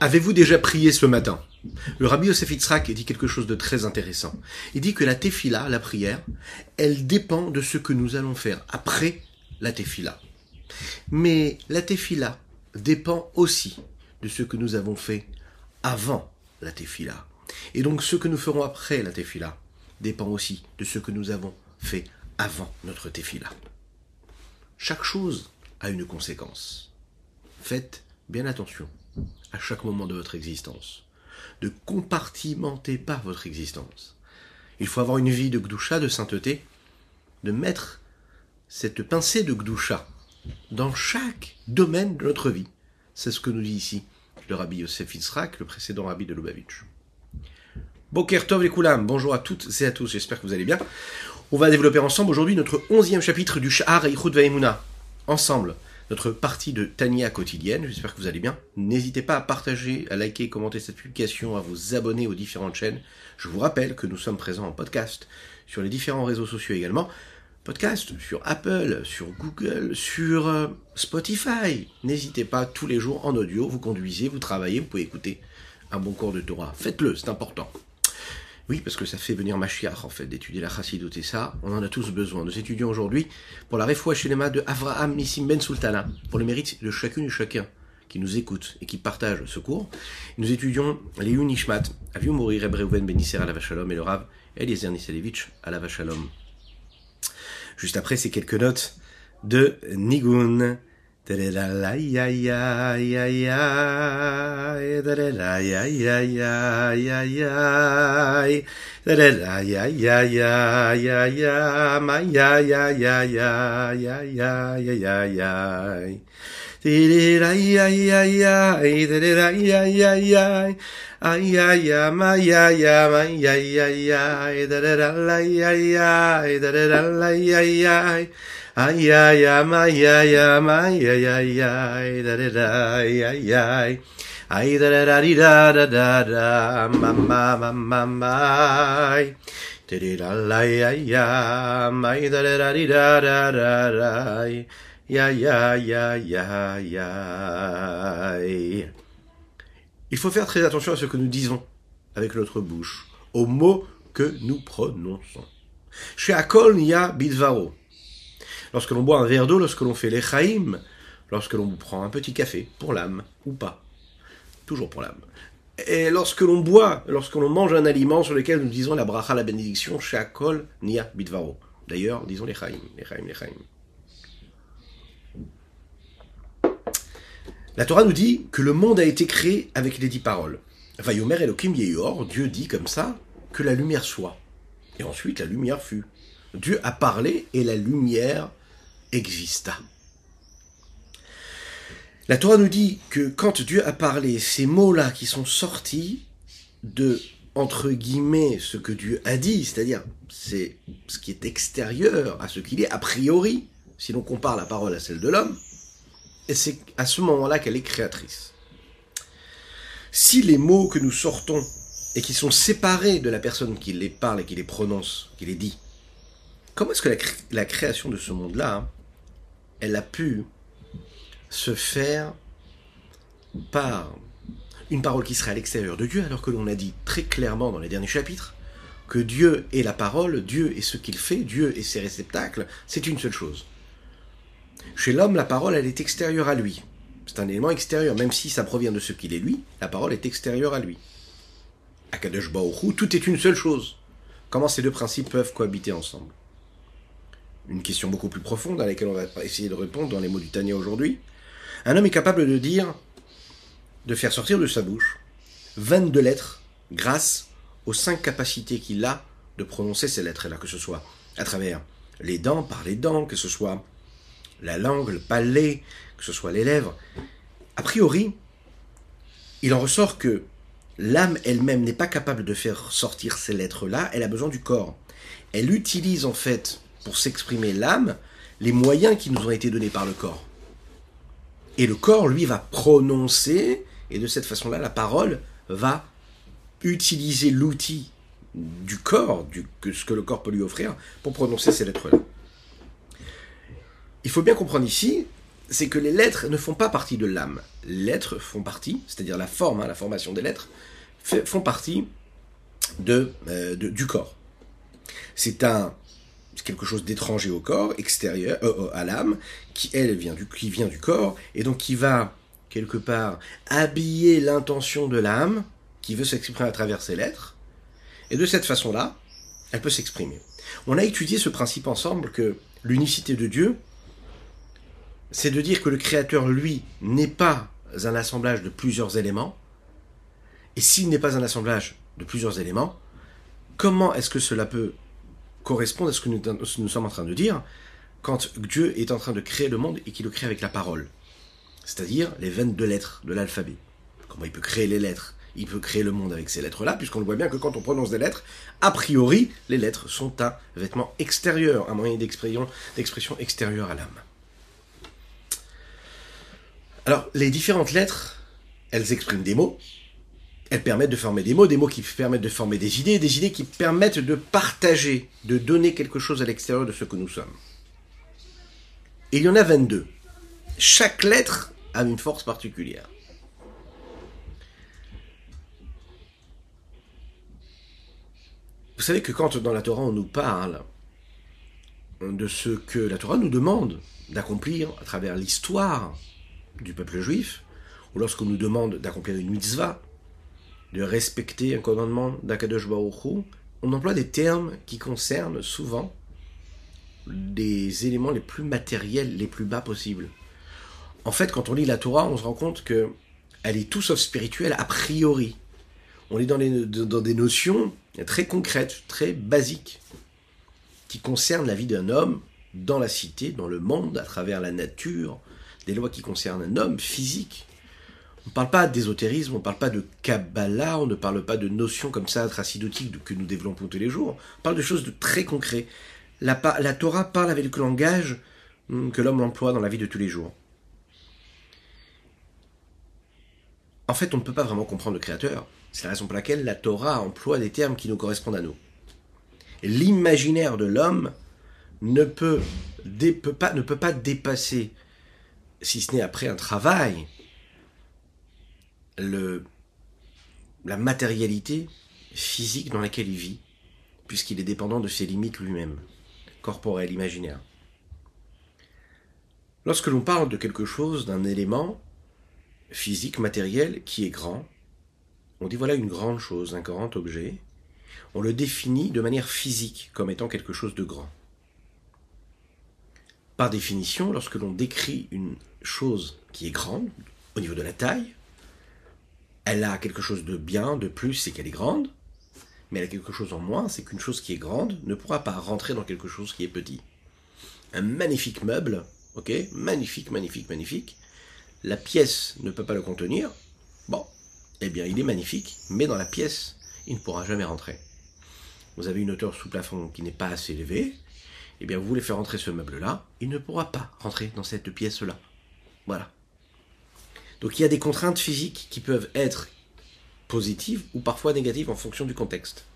Avez-vous déjà prié ce matin? Le Rabbi Yosef Yitzhak dit quelque chose de très intéressant. Il dit que la tefila, la prière, elle dépend de ce que nous allons faire après la tefila. Mais la tefila dépend aussi de ce que nous avons fait avant la tefila. Et donc ce que nous ferons après la tefila dépend aussi de ce que nous avons fait avant notre tefila. Chaque chose a une conséquence. Faites bien attention à chaque moment de votre existence. Ne compartimentez pas votre existence. Il faut avoir une vie de Gdusha, de sainteté, de mettre cette pincée de Gdusha dans chaque domaine de notre vie. C'est ce que nous dit ici le Rabbi Yosef Yitzhak, le précédent Rabbi de Lubavitch. Boker Tov les Koulam, bonjour à toutes et à tous, j'espère que vous allez bien. On va développer ensemble aujourd'hui notre 11e chapitre du Sha'ar Eichut Va'emunah. Ensemble, notre partie de Tania quotidienne, j'espère que vous allez bien. N'hésitez pas à partager, à liker, commenter cette publication, à vous abonner aux différentes chaînes. Je vous rappelle que nous sommes présents en podcast sur les différents réseaux sociaux également. Podcast sur Apple, sur Google, sur Spotify. N'hésitez pas, tous les jours en audio, vous conduisez, vous travaillez, vous pouvez écouter un bon cours de Torah. Faites-le, c'est important. Oui, parce que ça fait venir Mashiach, en fait, d'étudier la Chassidoute et ça, on en a tous besoin. Nous étudions aujourd'hui pour la Refoua Shelema de Avraham Nissim Ben Sultana, pour le mérite de chacune et chacun qui nous écoute et qui partage ce cours. Nous étudions les Nishmat, Avihu Mori Reb Reuven Ben Nisser Alav Shalom et le Rav Eliezer Niselevitch Alav Shalom. Juste après, ces quelques notes de Nigun. Ay ay ay ay ay ay ay ay ay da da da ay ay ay ay da da da da da da ma ma ma ma ma da da la ay ay ay da da da da da da ya ya ya ya ya. Il faut faire très attention à ce que nous disons avec notre bouche, aux mots que nous prononçons. Chez Akol Nia Bidvaro. Lorsque l'on boit un verre d'eau, lorsque l'on fait l'echaïm, lorsque l'on prend un petit café, pour l'âme, ou pas, toujours pour l'âme. Et lorsque l'on boit, lorsque l'on mange un aliment sur lequel nous disons la bracha, la bénédiction, she'akol nia bidvaro. D'ailleurs, disons l'echaïm. La Torah nous dit que le monde a été créé avec les 10 paroles. Vayomer Elokim Yeyor, Dieu dit comme ça, que la lumière soit. Et ensuite, la lumière fut. Dieu a parlé et la lumière exista. La Torah nous dit que quand Dieu a parlé, ces mots-là qui sont sortis de, entre guillemets, ce que Dieu a dit, c'est-à-dire c'est ce qui est extérieur à ce qu'il est, a priori, si l'on compare la parole à celle de l'homme, et c'est à ce moment-là qu'elle est créatrice. Si les mots que nous sortons et qui sont séparés de la personne qui les parle et qui les prononce, qui les dit, comment est-ce que la création de ce monde-là, elle a pu se faire par une parole qui serait à l'extérieur de Dieu, alors que l'on a dit très clairement dans les derniers chapitres que Dieu est la parole, Dieu est ce qu'il fait, Dieu est ses réceptacles, c'est une seule chose. Chez l'homme, la parole, elle est extérieure à lui. C'est un élément extérieur, même si ça provient de ce qu'il est lui, la parole est extérieure à lui. À Kadosh Baruch Hu, tout est une seule chose. Comment ces deux principes peuvent cohabiter ensemble? Une question beaucoup plus profonde à laquelle on va essayer de répondre dans les mots du Tania aujourd'hui. Un homme est capable de dire, de faire sortir de sa bouche 22 lettres grâce aux 5 capacités qu'il a de prononcer ces lettres-là, que ce soit à travers les dents, par les dents, que ce soit la langue, le palais, que ce soit les lèvres. A priori, il en ressort que l'âme elle-même n'est pas capable de faire sortir ces lettres-là, elle a besoin du corps. Elle utilise en fait, pour s'exprimer l'âme, les moyens qui nous ont été donnés par le corps. Et le corps, lui, va prononcer, et de cette façon-là, la parole va utiliser l'outil du corps, ce que le corps peut lui offrir, pour prononcer ces lettres-là. Il faut bien comprendre ici c'est que les lettres ne font pas partie de l'âme. Les lettres font partie, c'est-à-dire la forme, la formation des lettres, font partie du corps. C'est quelque chose d'étranger au corps, extérieur, à l'âme, qui vient du corps, et donc qui va, quelque part, habiller l'intention de l'âme, qui veut s'exprimer à travers ces lettres, et de cette façon-là, elle peut s'exprimer. On a étudié ce principe ensemble, que l'unicité de Dieu, c'est de dire que le Créateur, lui, n'est pas un assemblage de plusieurs éléments, et s'il n'est pas un assemblage de plusieurs éléments, comment est-ce que cela peut correspondre à ce que nous sommes en train de dire quand Dieu est en train de créer le monde et qu'il le crée avec la parole, c'est-à-dire les 22 lettres de l'alphabet. Comment il peut créer les lettres? Il peut créer le monde avec ces lettres-là, puisqu'on le voit bien que quand on prononce des lettres, a priori, les lettres sont un vêtement extérieur, un moyen d'expression extérieur à l'âme. Alors, les différentes lettres, elles expriment des mots, elles permettent de former des mots qui permettent de former des idées qui permettent de partager, de donner quelque chose à l'extérieur de ce que nous sommes. Et il y en a 22. Chaque lettre a une force particulière. Vous savez que quand dans la Torah on nous parle de ce que la Torah nous demande d'accomplir à travers l'histoire du peuple juif, ou lorsqu'on nous demande d'accomplir une mitzvah, de respecter un commandement d'Akadosh Baruch Hu, on emploie des termes qui concernent souvent des éléments les plus matériels, les plus bas possibles. En fait, quand on lit la Torah, on se rend compte qu'elle est tout sauf spirituelle a priori. On est dans des notions très concrètes, très basiques, qui concernent la vie d'un homme dans la cité, dans le monde, à travers la nature, des lois qui concernent un homme physique. On ne parle pas d'ésotérisme, on ne parle pas de Kabbalah, on ne parle pas de notions comme ça, tracidotiques, que nous développons tous les jours. On parle de choses de très concret. La Torah parle avec le langage que l'homme emploie dans la vie de tous les jours. En fait, on ne peut pas vraiment comprendre le Créateur. C'est la raison pour laquelle la Torah emploie des termes qui nous correspondent à nous. Et l'imaginaire de l'homme ne peut pas dépasser, si ce n'est après un travail, la matérialité physique dans laquelle il vit, puisqu'il est dépendant de ses limites lui-même, corporelles, imaginaires. Lorsque l'on parle de quelque chose, d'un élément physique, matériel, qui est grand, on dit voilà une grande chose, un grand objet, on le définit de manière physique comme étant quelque chose de grand. Par définition, lorsque l'on décrit une chose qui est grande, au niveau de la taille, elle a quelque chose de bien, de plus, c'est qu'elle est grande, mais elle a quelque chose en moins, c'est qu'une chose qui est grande ne pourra pas rentrer dans quelque chose qui est petit. Un magnifique meuble, ok, magnifique, la pièce ne peut pas le contenir, bon, eh bien il est magnifique, mais dans la pièce, il ne pourra jamais rentrer. Vous avez une hauteur sous plafond qui n'est pas assez élevée, eh bien vous voulez faire rentrer ce meuble-là, il ne pourra pas rentrer dans cette pièce-là. Voilà. Donc il y a des contraintes physiques qui peuvent être positives ou parfois négatives en fonction du contexte.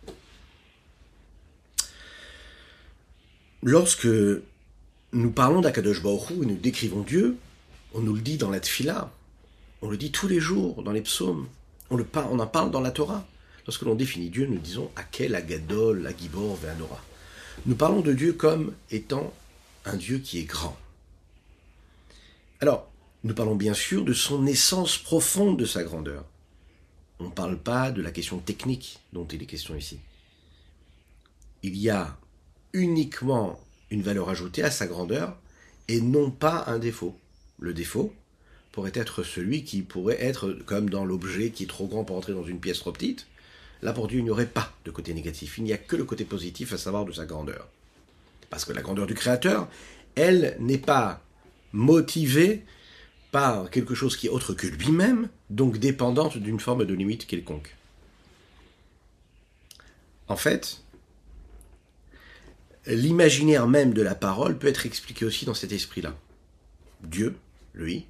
Lorsque nous parlons d'Akadosh Baruch Hu et nous décrivons Dieu, on nous le dit dans la Tfila, on le dit tous les jours dans les psaumes, on en parle dans la Torah. Lorsque l'on définit Dieu, nous disons Akel, Agadol, Agibor, Ve'anora. Nous parlons de Dieu comme étant un Dieu qui est grand. Alors, nous parlons bien sûr de son essence profonde de sa grandeur. On ne parle pas de la question technique dont il est question ici. Il y a uniquement une valeur ajoutée à sa grandeur et non pas un défaut. Le défaut pourrait être celui qui pourrait être comme dans l'objet qui est trop grand pour entrer dans une pièce trop petite. Là, pour Dieu, il n'y aurait pas de côté négatif. Il n'y a que le côté positif, à savoir de sa grandeur. Parce que la grandeur du Créateur, elle n'est pas motivée par quelque chose qui est autre que lui-même, donc dépendante d'une forme de limite quelconque. En fait, l'imaginaire même de la parole peut être expliqué aussi dans cet esprit-là. Dieu, lui,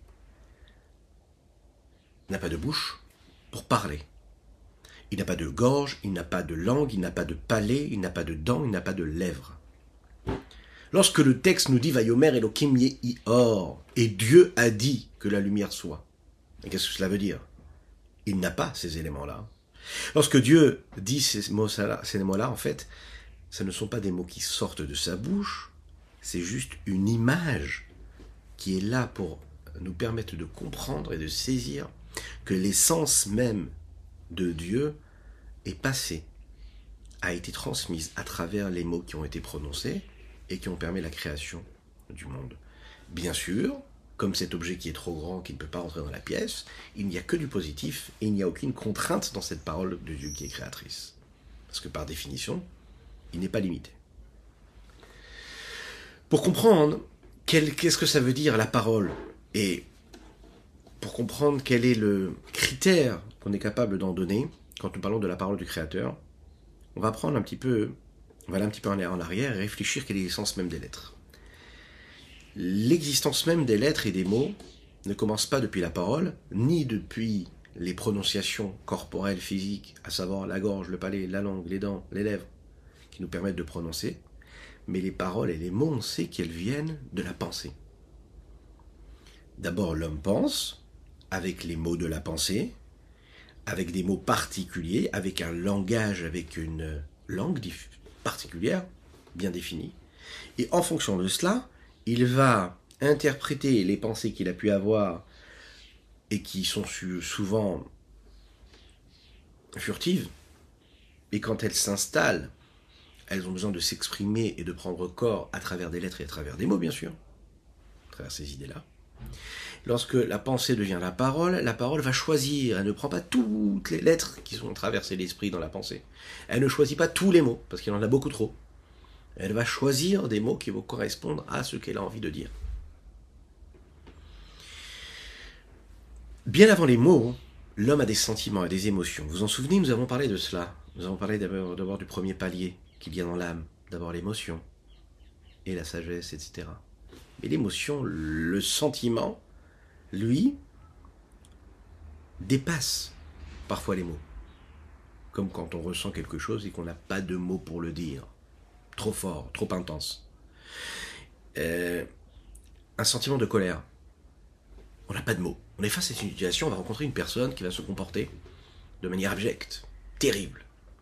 n'a pas de bouche pour parler. Il n'a pas de gorge, il n'a pas de langue, il n'a pas de palais, il n'a pas de dents, il n'a pas de lèvres. Lorsque le texte nous dit Vayomer Elokim Yehi Or, et Dieu a dit que la lumière soit. Et qu'est-ce que cela veut dire? Il n'a pas ces éléments-là. Lorsque Dieu dit ces mots-là, en fait, ce ne sont pas des mots qui sortent de sa bouche, c'est juste une image qui est là pour nous permettre de comprendre et de saisir que l'essence même de Dieu est passée, a été transmise à travers les mots qui ont été prononcés et qui ont permis la création du monde. Bien sûr, comme cet objet qui est trop grand, qui ne peut pas rentrer dans la pièce, il n'y a que du positif et il n'y a aucune contrainte dans cette parole de Dieu qui est créatrice. Parce que par définition, il n'est pas limité. Pour comprendre qu'est-ce que ça veut dire la parole et pour comprendre quel est le critère qu'on est capable d'en donner quand nous parlons de la parole du Créateur, on va aller un petit peu en arrière et réfléchir quelle est l'essence même des lettres. L'existence même des lettres et des mots ne commence pas depuis la parole, ni depuis les prononciations corporelles, physiques, à savoir la gorge, le palais, la langue, les dents, les lèvres, qui nous permettent de prononcer, mais les paroles et les mots, on sait qu'elles viennent de la pensée. D'abord, l'homme pense, avec les mots de la pensée, avec des mots particuliers, avec un langage, avec une langue particulière, bien définie, et en fonction de cela, il va interpréter les pensées qu'il a pu avoir et qui sont souvent furtives, et quand elles s'installent, elles ont besoin de s'exprimer et de prendre corps à travers des lettres et à travers des mots, bien sûr, à travers ces idées-là. Lorsque la pensée devient la parole va choisir, elle ne prend pas toutes les lettres qui sont traversées l'esprit dans la pensée. Elle ne choisit pas tous les mots, parce qu'il en a beaucoup trop. Elle va choisir des mots qui vont correspondre à ce qu'elle a envie de dire. Bien avant les mots, l'homme a des sentiments et des émotions. Vous vous en souvenez, nous avons parlé de cela. Nous avons parlé d'abord du premier palier qu'il y a dans l'âme. D'abord l'émotion et la sagesse, etc. Mais l'émotion, le sentiment, lui, dépasse parfois les mots. Comme quand on ressent quelque chose et qu'on n'a pas de mots pour le dire. Trop fort, trop intense. Un sentiment de colère. On n'a pas de mots. On est face à une situation, on va rencontrer une personne qui va se comporter de manière abjecte, terrible.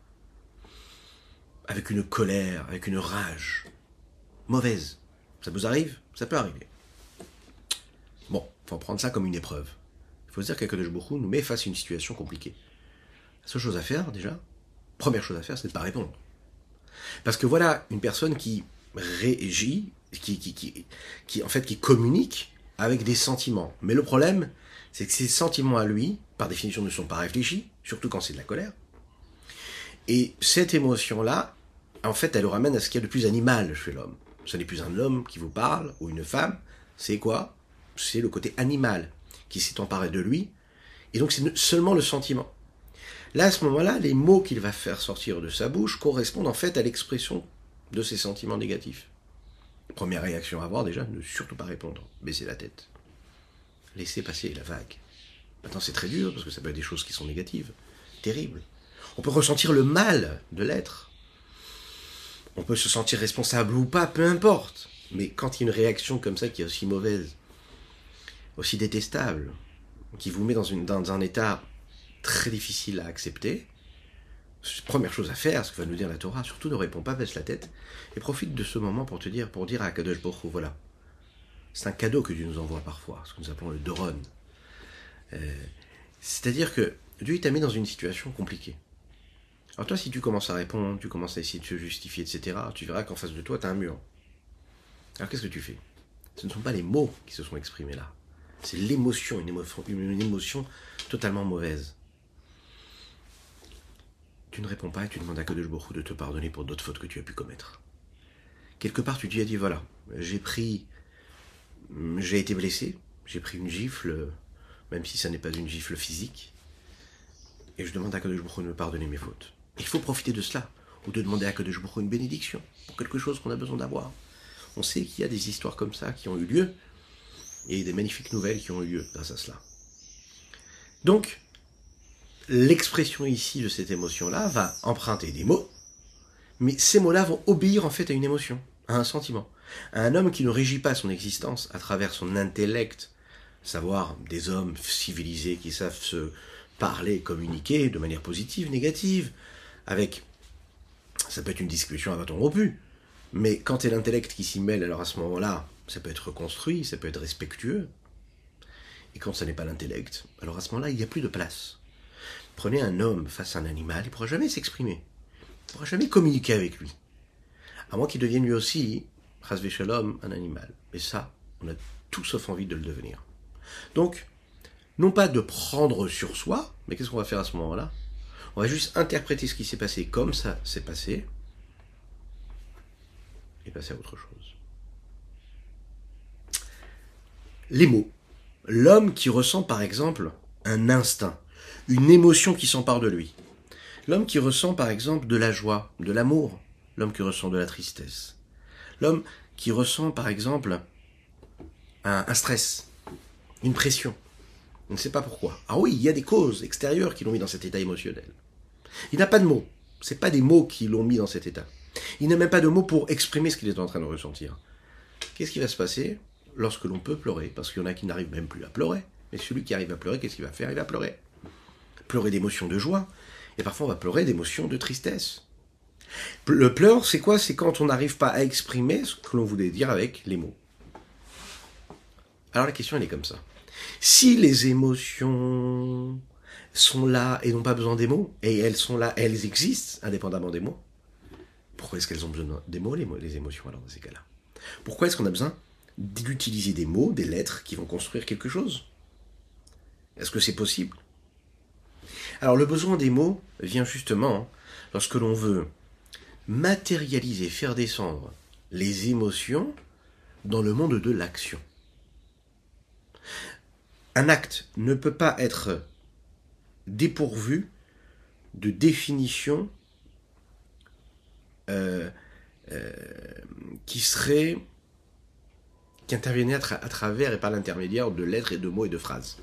Avec une colère, avec une rage. Mauvaise. Ça vous arrive? Ça peut arriver. Bon, il faut prendre ça comme une épreuve. Il faut se dire qu'Akadosh Baruch Hu nous met face à une situation compliquée. La seule chose à faire, déjà, première chose à faire, c'est de ne pas répondre. Parce que voilà une personne qui réagit, qui communique avec des sentiments. Mais le problème, c'est que ces sentiments à lui, par définition, ne sont pas réfléchis, surtout quand c'est de la colère. Et cette émotion-là, en fait, elle le ramène à ce qu'il y a de plus animal chez l'homme. Ce n'est plus un homme qui vous parle, ou une femme, c'est quoi? C'est le côté animal qui s'est emparé de lui, et donc c'est seulement le sentiment. Là, à ce moment-là, les mots qu'il va faire sortir de sa bouche correspondent en fait à l'expression de ses sentiments négatifs. Première réaction à avoir déjà, ne surtout pas répondre, baisser la tête. Laisser passer la vague. Maintenant c'est très dur, parce que ça peut être des choses qui sont négatives, terribles. On peut ressentir le mal de l'être. On peut se sentir responsable ou pas, peu importe. Mais quand il y a une réaction comme ça qui est aussi mauvaise, aussi détestable, qui vous met dans un état très difficile à accepter, première chose à faire, ce que va nous dire la Torah, surtout ne réponds pas, baisse la tête, et profite de ce moment pour dire à Kadosh Baruch Hu, voilà, c'est un cadeau que Dieu nous envoie parfois, ce que nous appelons le Doron. C'est-à-dire que Dieu t'a mis dans une situation compliquée. Alors toi, si tu commences à répondre, tu commences à essayer de se justifier, etc., tu verras qu'en face de toi, tu as un mur. Alors qu'est-ce que tu fais? Ce ne sont pas les mots qui se sont exprimés là. C'est l'émotion, une émotion totalement mauvaise. Tu ne réponds pas et tu demandes à Kadosh Baruch Hu de te pardonner pour d'autres fautes que tu as pu commettre. Quelque part, tu te dis, voilà, j'ai été blessé, j'ai pris une gifle, même si ça n'est pas une gifle physique, et je demande à Kadosh Baruch Hu de me pardonner mes fautes. Il faut profiter de cela, ou de demander à Kadosh Baruch Hu une bénédiction, pour quelque chose qu'on a besoin d'avoir. On sait qu'il y a des histoires comme ça qui ont eu lieu, et des magnifiques nouvelles qui ont eu lieu grâce à cela. Donc, l'expression ici de cette émotion-là va emprunter des mots, mais ces mots-là vont obéir en fait à une émotion. à un sentiment. Un homme qui ne régit pas son existence à travers son intellect, savoir des hommes civilisés qui savent se parler, communiquer de manière positive, négative, avec, ça peut être une discussion à bâton rompu, mais quand c'est l'intellect qui s'y mêle, alors à ce moment-là, ça peut être construit, ça peut être respectueux, et quand ça n'est pas l'intellect, alors à ce moment-là, il n'y a plus de place. Prenez un homme face à un animal, il ne pourra jamais s'exprimer, il ne pourra jamais communiquer avec lui, à moins qu'il devienne lui aussi, Chas Shalom, un animal. Et ça, on a tout sauf envie de le devenir. Donc, non pas de prendre sur soi, mais qu'est-ce qu'on va faire à ce moment-là? On va juste interpréter ce qui s'est passé comme ça s'est passé, et passer à autre chose. Les mots. L'homme qui ressent par exemple un instinct, une émotion qui s'empare de lui. L'homme qui ressent par exemple de la joie, de l'amour. L'homme qui ressent de la tristesse. L'homme qui ressent par exemple un stress, une pression. On ne sait pas pourquoi. Ah oui, il y a des causes extérieures qui l'ont mis dans cet état émotionnel. Il n'a pas de mots. Ce n'est pas des mots qui l'ont mis dans cet état. Il n'a même pas de mots pour exprimer ce qu'il est en train de ressentir. Qu'est-ce qui va se passer lorsque l'on peut pleurer? Parce qu'il y en a qui n'arrivent même plus à pleurer. Mais celui qui arrive à pleurer, qu'est-ce qu'il va faire? Il va pleurer. Pleurer d'émotions de joie. Et parfois on va pleurer d'émotions de tristesse. Le pleur, c'est quoi? C'est quand on n'arrive pas à exprimer ce que l'on voulait dire avec les mots. Alors la question, elle est comme ça. Si les émotions sont là et n'ont pas besoin des mots, et elles sont là, elles existent indépendamment des mots, pourquoi est-ce qu'elles ont besoin des mots, les émotions, alors dans ces cas-là? Pourquoi est-ce qu'on a besoin d'utiliser des mots, des lettres qui vont construire quelque chose? Est-ce que c'est possible? Alors le besoin des mots vient justement lorsque l'on veut matérialiser, faire descendre les émotions dans le monde de l'action. Un acte ne peut pas être dépourvu de définition qui intervenait à travers et par l'intermédiaire de lettres et de mots et de phrases.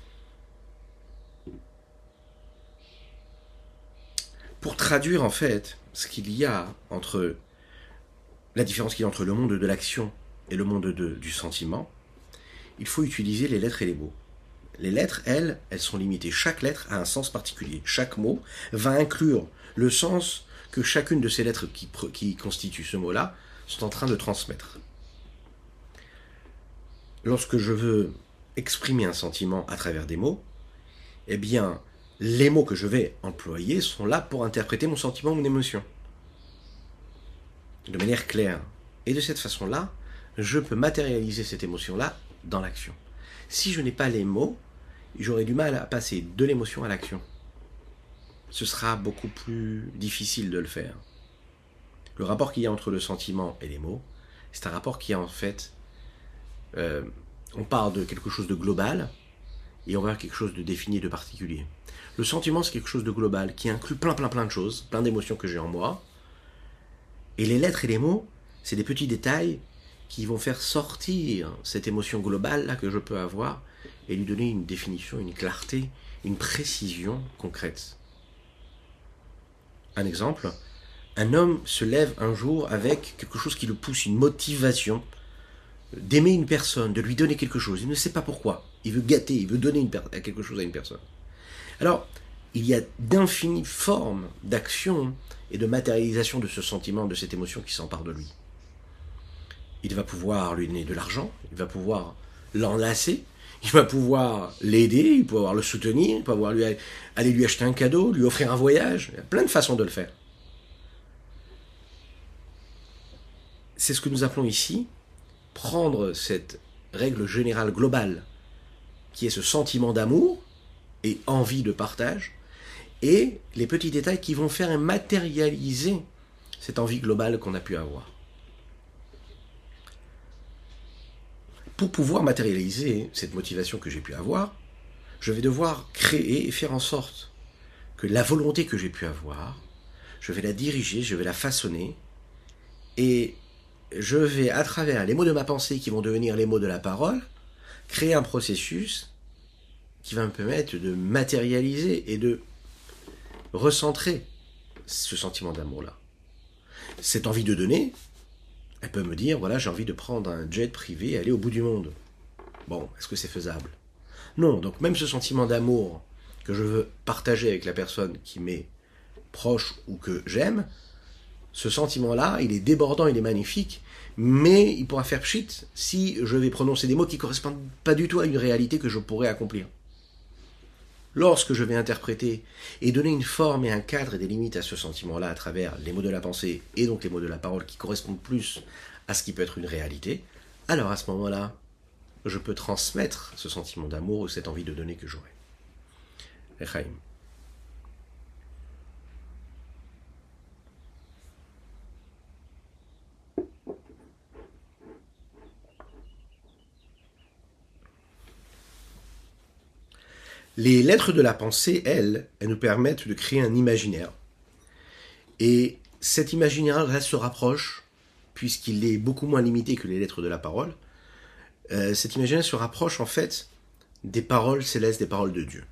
Pour traduire en fait ce qu'il y a entre la différence qu'il y a entre le monde de l'action et le monde du sentiment, il faut utiliser les lettres et les mots. Les lettres, elles sont limitées. Chaque lettre a un sens particulier. Chaque mot va inclure le sens que chacune de ces lettres qui constituent ce mot-là sont en train de transmettre. Lorsque je veux exprimer un sentiment à travers des mots, eh bien, les mots que je vais employer sont là pour interpréter mon sentiment ou mon émotion. De manière claire. Et de cette façon-là, je peux matérialiser cette émotion-là dans l'action. Si je n'ai pas les mots, j'aurai du mal à passer de l'émotion à l'action. Ce sera beaucoup plus difficile de le faire. Le rapport qu'il y a entre le sentiment et les mots, c'est un rapport qui est en fait... on part de quelque chose de global et on va vers quelque chose de défini et de particulier. Le sentiment, c'est quelque chose de global qui inclut plein de choses, plein d'émotions que j'ai en moi. Et les lettres et les mots, c'est des petits détails qui vont faire sortir cette émotion globale-là que je peux avoir et lui donner une définition, une clarté, une précision concrète. Un exemple, un homme se lève un jour avec quelque chose qui le pousse, une motivation d'aimer une personne, de lui donner quelque chose. Il ne sait pas pourquoi. Il veut gâter, il veut donner quelque chose à une personne. Alors, il y a d'infinies formes d'action et de matérialisation de ce sentiment, de cette émotion qui s'empare de lui. Il va pouvoir lui donner de l'argent, il va pouvoir l'enlacer, il va pouvoir l'aider, il va pouvoir le soutenir, il va pouvoir aller lui acheter un cadeau, lui offrir un voyage. Il y a plein de façons de le faire. C'est ce que nous appelons ici prendre cette règle générale globale qui est ce sentiment d'amour et envie de partage et les petits détails qui vont faire matérialiser cette envie globale qu'on a pu avoir. Pour pouvoir matérialiser cette motivation que j'ai pu avoir, je vais devoir créer et faire en sorte que la volonté que j'ai pu avoir, je vais la diriger, je vais la façonner, et je vais, à travers les mots de ma pensée qui vont devenir les mots de la parole, créer un processus qui va me permettre de matérialiser et de recentrer ce sentiment d'amour-là. Cette envie de donner, Elle peut me dire, voilà, j'ai envie de prendre un jet privé et aller au bout du monde. Bon, est-ce que c'est faisable? Non, donc même ce sentiment d'amour que je veux partager avec la personne qui m'est proche ou que j'aime, ce sentiment-là, il est débordant, il est magnifique, mais il pourra faire pchit si je vais prononcer des mots qui ne correspondent pas du tout à une réalité que je pourrais accomplir. Lorsque je vais interpréter et donner une forme et un cadre et des limites à ce sentiment-là à travers les mots de la pensée et donc les mots de la parole qui correspondent plus à ce qui peut être une réalité, alors à ce moment-là, je peux transmettre ce sentiment d'amour ou cette envie de donner que j'aurai. Echaim. Les lettres de la pensée, elles nous permettent de créer un imaginaire. Et cet imaginaire se rapproche, puisqu'il est beaucoup moins limité que les lettres de la parole, cet imaginaire se rapproche en fait des paroles célestes, des paroles de Dieu.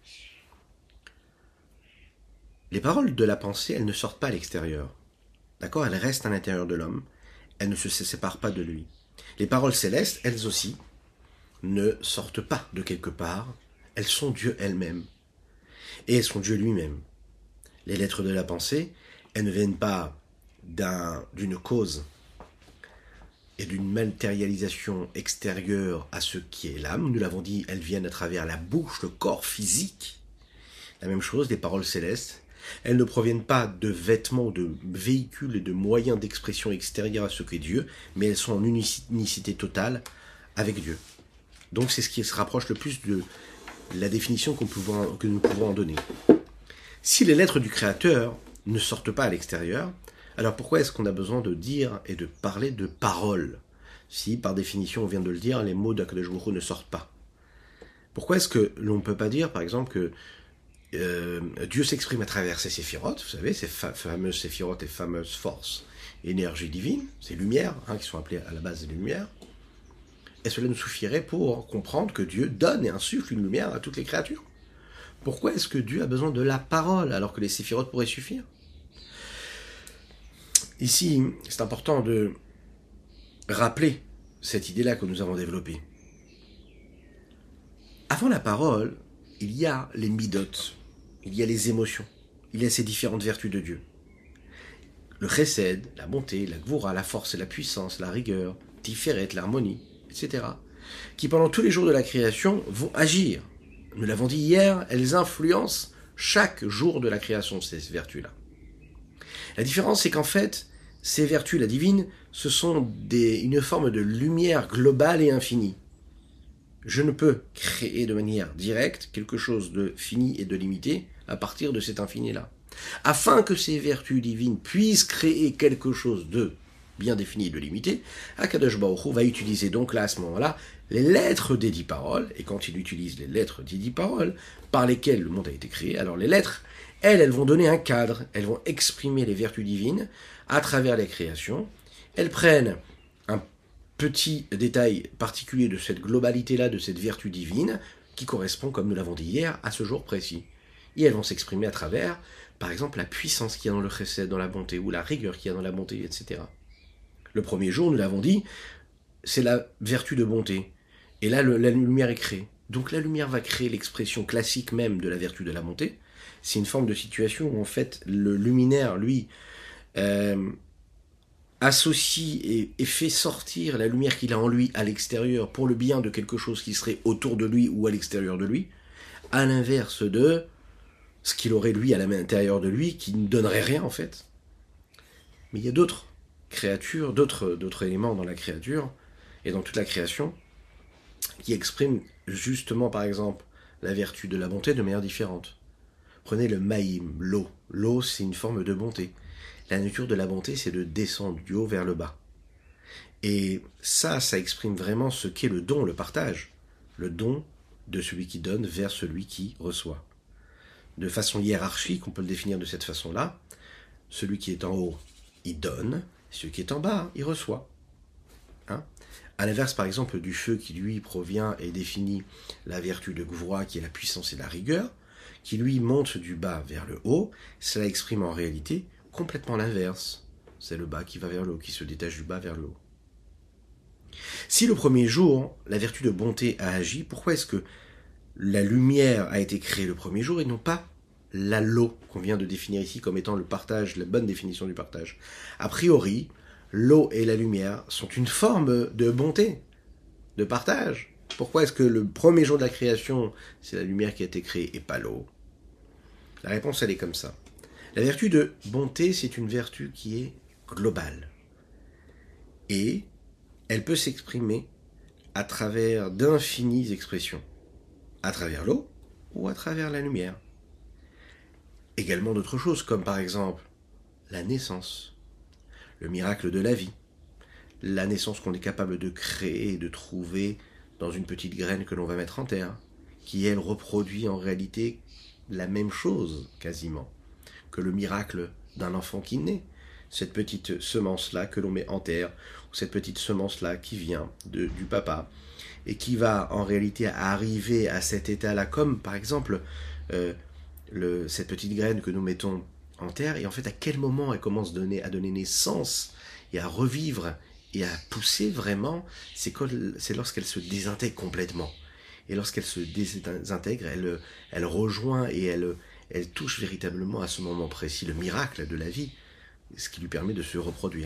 Les paroles de la pensée, elles ne sortent pas à l'extérieur. D'accord? Elles restent à l'intérieur de l'homme. Elles ne se séparent pas de lui. Les paroles célestes, elles aussi, ne sortent pas de quelque part. Elles sont Dieu elles-mêmes. Et elles sont Dieu lui-même. Les lettres de la pensée, elles ne viennent pas d'une cause et d'une matérialisation extérieure à ce qui est l'âme. Nous l'avons dit, elles viennent à travers la bouche, le corps physique. La même chose, les paroles célestes. Elles ne proviennent pas de vêtements, de véhicules et de moyens d'expression extérieurs à ce qu'est Dieu, mais elles sont en unicité totale avec Dieu. Donc c'est ce qui se rapproche le plus de la définition que nous pouvons en donner. Si les lettres du Créateur ne sortent pas à l'extérieur, alors pourquoi est-ce qu'on a besoin de dire et de parler de paroles? Si, par définition, on vient de le dire, les mots d'Akadosh Baruch Hu ne sortent pas. Pourquoi est-ce que l'on ne peut pas dire, par exemple, que Dieu s'exprime à travers ces séphirotes, vous savez, ces fameuses séphirotes et fameuses forces, énergie divine, ces lumières, qui sont appelées à la base des lumières, et cela nous suffirait pour comprendre que Dieu donne et insuffle une lumière à toutes les créatures. Pourquoi est-ce que Dieu a besoin de la parole alors que les séphirotes pourraient suffire? Ici, c'est important de rappeler cette idée-là que nous avons développée. Avant la parole, il y a les midotes, il y a les émotions, il y a ces différentes vertus de Dieu. Le chesed, la bonté, la gvoura, la force et la puissance, la rigueur, tiferet, l'harmonie, etc., qui pendant tous les jours de la création vont agir. Nous l'avons dit hier, elles influencent chaque jour de la création, ces vertus-là. La différence, c'est qu'en fait, ces vertus, la divine, ce sont une forme de lumière globale et infinie. Je ne peux créer de manière directe quelque chose de fini et de limité à partir de cet infini-là. Afin que ces vertus divines puissent créer quelque chose de bien défini et de limité, Akadosh Baruch Hu va utiliser donc là, à ce moment-là, les lettres des 10 paroles, et quand il utilise les lettres des 10 paroles, par lesquelles le monde a été créé, alors les lettres, elles vont donner un cadre, elles vont exprimer les vertus divines à travers les créations, elles prennent un petit détail particulier de cette globalité-là, de cette vertu divine, qui correspond, comme nous l'avons dit hier, à ce jour précis. Et elles vont s'exprimer à travers, par exemple, la puissance qu'il y a dans le chesed, dans la bonté, ou la rigueur qu'il y a dans la bonté, etc. Le premier jour, nous l'avons dit, c'est la vertu de bonté. Et là, la lumière est créée. Donc la lumière va créer l'expression classique même de la vertu de la bonté. C'est une forme de situation où, en fait, le luminaire, lui, associe et fait sortir la lumière qu'il a en lui à l'extérieur pour le bien de quelque chose qui serait autour de lui ou à l'extérieur de lui, à l'inverse de ce qu'il aurait lui à l'intérieur de lui qui ne donnerait rien en fait. Mais il y a d'autres créatures, d'autres éléments dans la créature et dans toute la création qui expriment justement par exemple la vertu de la bonté de manière différente. Prenez le maïm, l'eau. L'eau c'est une forme de bonté. La nature de la bonté, c'est de descendre du haut vers le bas. Et ça exprime vraiment ce qu'est le don, le partage. Le don de celui qui donne vers celui qui reçoit. De façon hiérarchique, on peut le définir de cette façon-là. Celui qui est en haut, il donne. Celui qui est en bas, il reçoit. À l'inverse, par exemple, du feu qui, lui, provient et définit la vertu de Gvoura, qui est la puissance et la rigueur, qui, lui, monte du bas vers le haut, cela exprime en réalité complètement l'inverse. C'est le bas qui va vers le haut, qui se détache du bas vers le haut. Si le premier jour, la vertu de bonté a agi, pourquoi est-ce que la lumière a été créée le premier jour et non pas la l'eau qu'on vient de définir ici comme étant le partage, la bonne définition du partage? A priori, l'eau et la lumière sont une forme de bonté, de partage. Pourquoi est-ce que le premier jour de la création, c'est la lumière qui a été créée et pas l'eau? La réponse, elle est comme ça. La vertu de bonté, c'est une vertu qui est globale. Et elle peut s'exprimer à travers d'infinies expressions. À travers l'eau ou à travers la lumière. Également d'autres choses, comme par exemple la naissance, le miracle de la vie, la naissance qu'on est capable de créer et de trouver dans une petite graine que l'on va mettre en terre, qui elle reproduit en réalité la même chose quasiment que le miracle d'un enfant qui naît. Cette petite semence-là que l'on met en terre, ou cette petite semence-là qui vient du papa, et qui va en réalité arriver à cet état-là, comme par exemple cette petite graine que nous mettons en terre, et en fait à quel moment elle commence à donner naissance et à revivre et à pousser vraiment, c'est lorsqu'elle se désintègre complètement. Et lorsqu'elle se désintègre, elle rejoint et elle touche véritablement à ce moment précis le miracle de la vie, ce qui lui permet de se reproduire.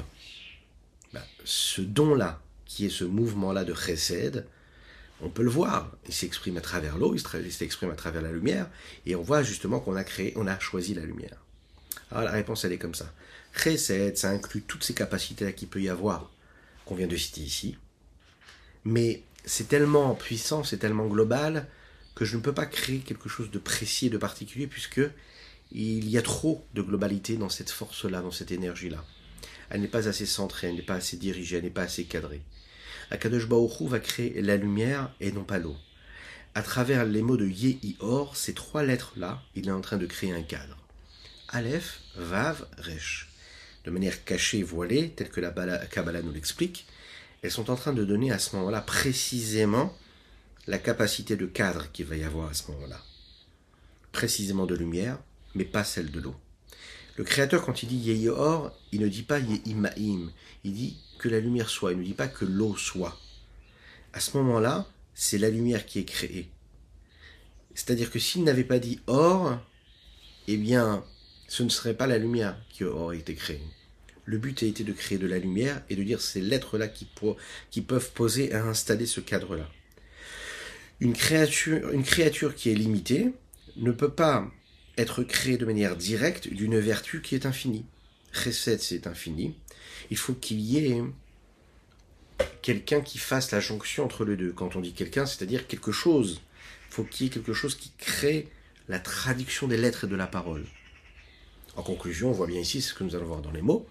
Ce don-là, qui est ce mouvement-là de chesed, on peut le voir, il s'exprime à travers l'eau, il s'exprime à travers la lumière, et on voit justement qu'on a choisi la lumière. Alors la réponse, elle est comme ça. Chesed, ça inclut toutes ces capacités-là qu'il peut y avoir, qu'on vient de citer ici, mais c'est tellement puissant, c'est tellement global, que je ne peux pas créer quelque chose de précis et de particulier, puisque il y a trop de globalité dans cette force-là, dans cette énergie-là. Elle n'est pas assez centrée, elle n'est pas assez dirigée, elle n'est pas assez cadrée. Akadosh Baruch Hu va créer la lumière et non pas l'eau. À travers les mots de Yehi Or, ces trois lettres-là, il est en train de créer un cadre. Aleph, Vav, Resh. De manière cachée et voilée, telle que la Kabbalah nous l'explique, elles sont en train de donner à ce moment-là précisément la capacité de cadre qu'il va y avoir à ce moment-là. Précisément de lumière, mais pas celle de l'eau. Le Créateur, quand il dit Yehi Or, il ne dit pas Yehi Ma'im, il dit que la lumière soit, il ne dit pas que l'eau soit. À ce moment-là, c'est la lumière qui est créée. C'est-à-dire que s'il n'avait pas dit Or, eh bien, ce ne serait pas la lumière qui aurait été créée. Le but a été de créer de la lumière et de dire ces lettres-là qui peuvent poser et installer ce cadre-là. Une créature qui est limitée ne peut pas être créée de manière directe d'une vertu qui est infinie. Chesed, c'est infini. Il faut qu'il y ait quelqu'un qui fasse la jonction entre les deux. Quand on dit quelqu'un, c'est-à-dire quelque chose. Il faut qu'il y ait quelque chose qui crée la traduction des lettres et de la parole. En conclusion, on voit bien ici ce que nous allons voir dans les mots.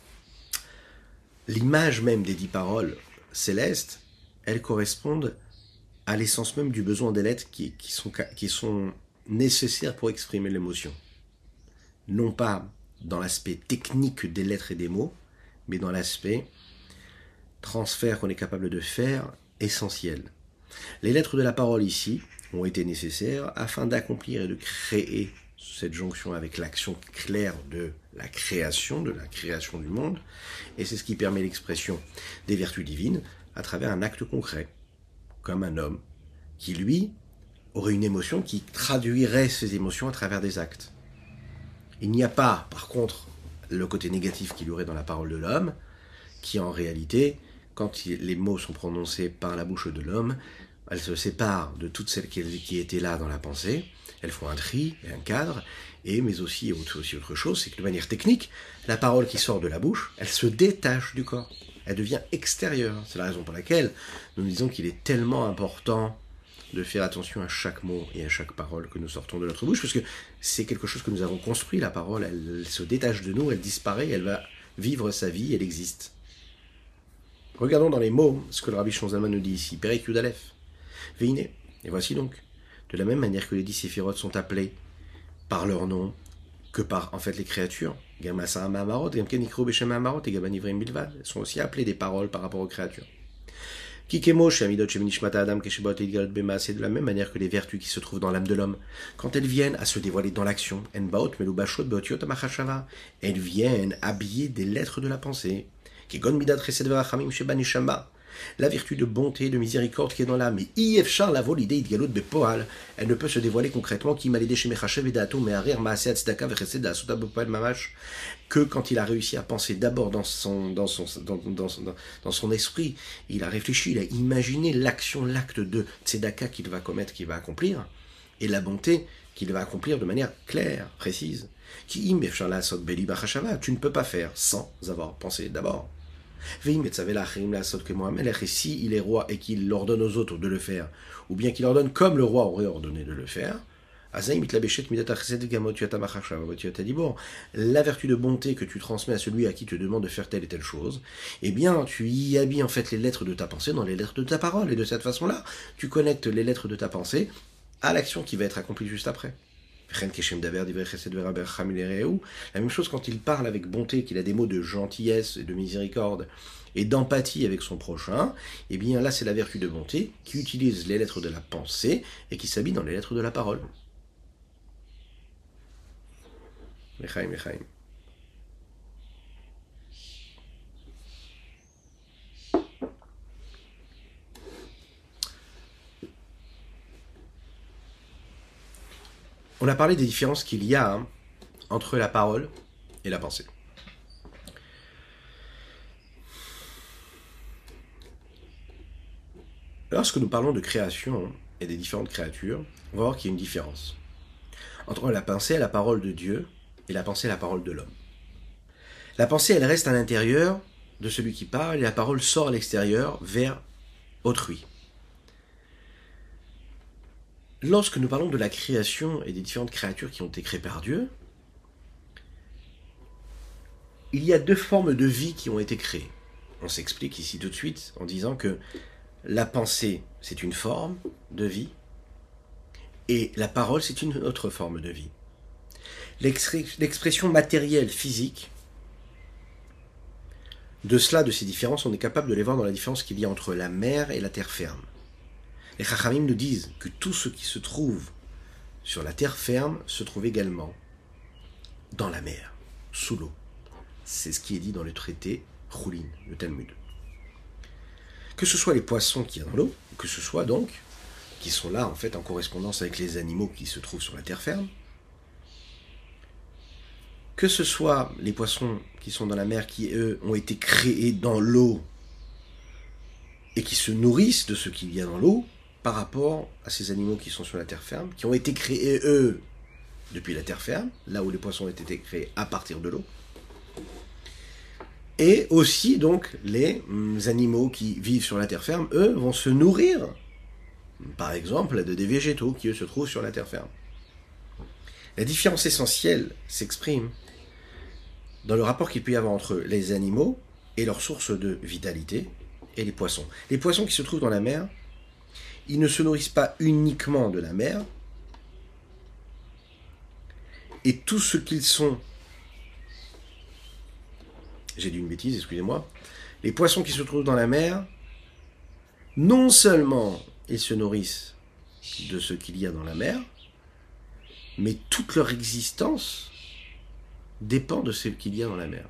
L'image même des 10 paroles célestes, elles correspondent à l'essence même du besoin des lettres qui sont nécessaires pour exprimer l'émotion. Non pas dans l'aspect technique des lettres et des mots, mais dans l'aspect transfert qu'on est capable de faire, essentiel. Les lettres de la parole ici ont été nécessaires afin d'accomplir et de créer cette jonction avec l'action claire de la création du monde, et c'est ce qui permet l'expression des vertus divines à travers un acte concret, comme un homme qui, lui, aurait une émotion qui traduirait ses émotions à travers des actes. Il n'y a pas, par contre, le côté négatif qu'il y aurait dans la parole de l'homme, qui en réalité, quand les mots sont prononcés par la bouche de l'homme, elles se séparent de toutes celles qui étaient là dans la pensée, elles font un tri et un cadre, mais aussi autre chose, c'est que de manière technique, la parole qui sort de la bouche, elle se détache du corps, elle devient extérieure. C'est la raison pour laquelle nous disons qu'il est tellement important de faire attention à chaque mot et à chaque parole que nous sortons de notre bouche, parce que c'est quelque chose que nous avons construit, la parole, elle se détache de nous, elle disparaît, elle va vivre sa vie, elle existe. Regardons dans les mots ce que le Rabbi Shonzalman nous dit ici, Perek Yud Aleph, Veine, et voici donc, de la même manière que les 10 séphirotes sont appelés par leur nom, que par en fait les créatures, elles sont aussi appelées des paroles par rapport aux créatures. C'est de la même manière que les vertus qui se trouvent dans l'âme de l'homme, quand elles viennent à se dévoiler dans l'action, elles viennent habiller des lettres de la pensée, comme La vertu de bonté et de miséricorde qui est dans l'âme. Mais Yefchar la vol idée idgalot bepoal. Elle ne peut se dévoiler concrètement que quand il a réussi à penser d'abord dans son esprit, il a réfléchi, il a imaginé l'action, l'acte de tzedaka qu'il va commettre, qu'il va accomplir, et la bonté qu'il va accomplir de manière claire, précise. Tu ne peux pas faire sans avoir pensé d'abord. Et si il est roi et qu'il ordonne aux autres de le faire, ou bien qu'il ordonne comme le roi aurait ordonné de le faire, la vertu de bonté que tu transmets à celui à qui tu demandes de faire telle et telle chose, eh bien tu y habilles en fait les lettres de ta pensée dans les lettres de ta parole, et de cette façon-là, tu connectes les lettres de ta pensée à l'action qui va être accomplie juste après. La même chose quand il parle avec bonté, qu'il a des mots de gentillesse et de miséricorde et d'empathie avec son prochain, eh bien là c'est la vertu de bonté qui utilise les lettres de la pensée et qui s'habille dans les lettres de la parole. Lechaim, lechaim. On a parlé des différences qu'il y a entre la parole et la pensée. Lorsque nous parlons de création et des différentes créatures, on va voir qu'il y a une différence entre la pensée et la parole de Dieu et la pensée et la parole de l'homme. La pensée, elle reste à l'intérieur de celui qui parle et la parole sort à l'extérieur vers autrui. Lorsque nous parlons de la création et des différentes créatures qui ont été créées par Dieu, il y a deux formes de vie qui ont été créées. On s'explique ici tout de suite en disant que la pensée, c'est une forme de vie et la parole, c'est une autre forme de vie. L'expression matérielle, physique, de ces différences, on est capable de les voir dans la différence qu'il y a entre la mer et la terre ferme. Les Chachamim nous disent que tout ce qui se trouve sur la terre ferme se trouve également dans la mer, sous l'eau. C'est ce qui est dit dans le traité Choulin, le Talmud. Que ce soit les poissons qui y a dans l'eau, que ce soit donc, qui sont là en fait en correspondance avec les animaux qui se trouvent sur la terre ferme, que ce soit les poissons qui sont dans la mer qui, eux, ont été créés dans l'eau et qui se nourrissent de ce qu'il y a dans l'eau par rapport à ces animaux qui sont sur la terre ferme, qui ont été créés, eux, depuis la terre ferme, là où les poissons ont été créés à partir de l'eau. Et aussi, donc, les animaux qui vivent sur la terre ferme, eux, vont se nourrir, par exemple, de des végétaux qui, eux, se trouvent sur la terre ferme. La différence essentielle s'exprime dans le rapport qu'il peut y avoir entre les animaux et leur source de vitalité et les poissons. Les poissons qui se trouvent dans la mer, ils ne se nourrissent pas uniquement de la mer, et tout ce qu'ils sont, j'ai dit une bêtise, excusez-moi, les poissons qui se trouvent dans la mer, non seulement ils se nourrissent de ce qu'il y a dans la mer, mais toute leur existence dépend de ce qu'il y a dans la mer.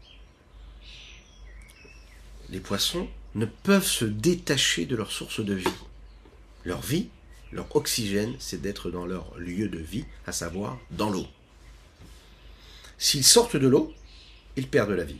Les poissons ne peuvent se détacher de leur source de vie. Leur vie, leur oxygène, c'est d'être dans leur lieu de vie, à savoir dans l'eau. S'ils sortent de l'eau, ils perdent la vie.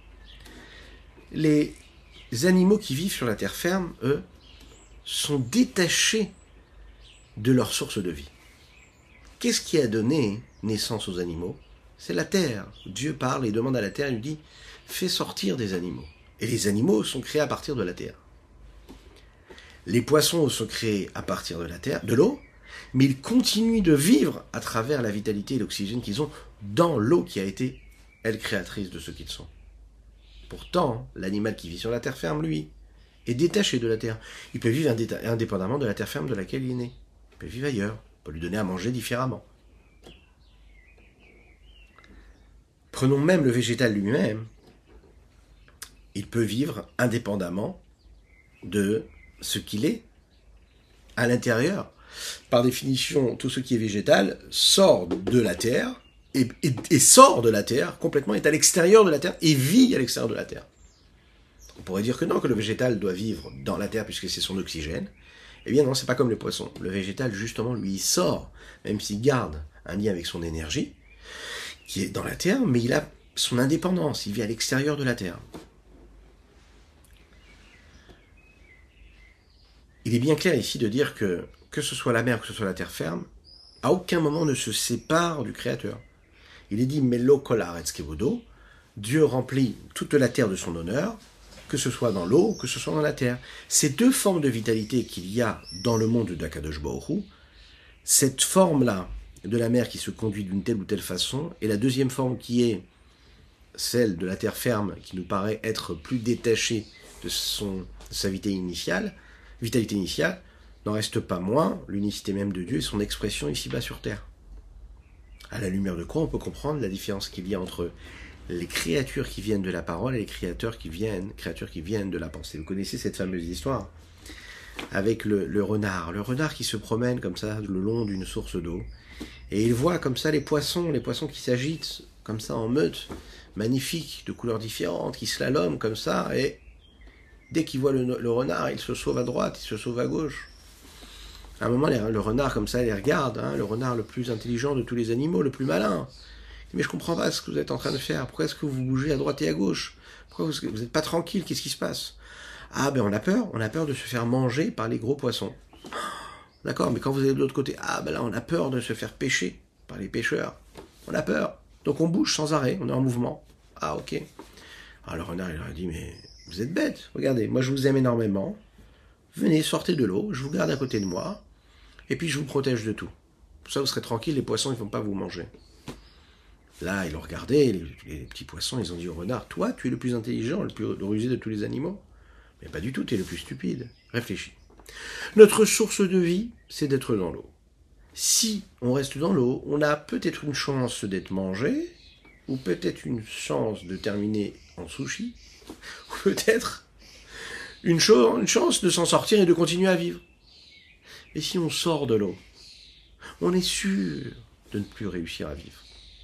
Les animaux qui vivent sur la terre ferme, eux, sont détachés de leur source de vie. Qu'est-ce qui a donné naissance aux animaux? C'est la terre. Dieu parle et demande à la terre, il lui dit « Fais sortir des animaux ». Et les animaux sont créés à partir de la terre. Les poissons sont créés à partir de la terre, de l'eau, mais ils continuent de vivre à travers la vitalité et l'oxygène qu'ils ont dans l'eau qui a été, elle, créatrice de ce qu'ils sont. Pourtant, l'animal qui vit sur la terre ferme, lui, est détaché de la terre. Il peut vivre indépendamment de la terre ferme de laquelle il est né. Il peut vivre ailleurs. On peut lui donner à manger différemment. Prenons même le végétal lui-même. Il peut vivre indépendamment de ce qu'il est à l'intérieur. Par définition, tout ce qui est végétal sort de la terre et sort de la terre complètement, est à l'extérieur de la terre et vit à l'extérieur de la terre. On pourrait dire que non, que le végétal doit vivre dans la terre puisque c'est son oxygène. Eh bien non, c'est pas comme les poissons. Le végétal, justement, lui, il sort, même s'il garde un lien avec son énergie, qui est dans la terre, mais il a son indépendance, il vit à l'extérieur de la terre. Il est bien clair ici de dire que ce soit la mer, que ce soit la terre ferme, à aucun moment ne se sépare du Créateur. Il est dit, Melo kol haaretz kevodo, Dieu remplit toute la terre de son honneur, que ce soit dans l'eau, que ce soit dans la terre. Ces deux formes de vitalité qu'il y a dans le monde d'Akadosh Baruch Hu, cette forme-là de la mer qui se conduit d'une telle ou telle façon, et la deuxième forme qui est celle de la terre ferme, qui nous paraît être plus détachée de sa vitalité initiale, n'en reste pas moins l'unicité même de Dieu et son expression ici-bas sur terre. À la lumière de quoi on peut comprendre la différence qu'il y a entre les créatures qui viennent de la parole et les créatures qui viennent de la pensée. Vous connaissez cette fameuse histoire avec le renard qui se promène comme ça le long d'une source d'eau, et il voit comme ça les poissons qui s'agitent comme ça en meute, magnifiques, de couleurs différentes, qui slaloment comme ça, et dès qu'il voit le renard, il se sauve à droite, il se sauve à gauche. À un moment, le renard comme ça, il les regarde, le renard le plus intelligent de tous les animaux, le plus malin. Mais je comprends pas ce que vous êtes en train de faire. Pourquoi est-ce que vous bougez à droite et à gauche? Pourquoi vous n'êtes pas tranquille? Qu'est-ce qui se passe? Ah ben on a peur de se faire manger par les gros poissons. D'accord, mais quand vous allez de l'autre côté, ah ben là on a peur de se faire pêcher par les pêcheurs. On a peur. Donc on bouge sans arrêt, on est en mouvement. Ah ok. Alors le renard il leur a dit, mais vous êtes bêtes, regardez, moi je vous aime énormément. Venez, sortez de l'eau, je vous garde à côté de moi, et puis je vous protège de tout. Pour ça vous serez tranquille, les poissons ils ne vont pas vous manger. Là, ils l'ont regardé, les petits poissons, ils ont dit au renard, toi, tu es le plus intelligent, le plus rusé de tous les animaux. Mais pas du tout, tu es le plus stupide. Réfléchis. Notre source de vie, c'est d'être dans l'eau. Si on reste dans l'eau, on a peut-être une chance d'être mangé, ou peut-être une chance de terminer en sushi, ou peut-être une chance de s'en sortir et de continuer à vivre. Et si on sort de l'eau, on est sûr de ne plus réussir à vivre.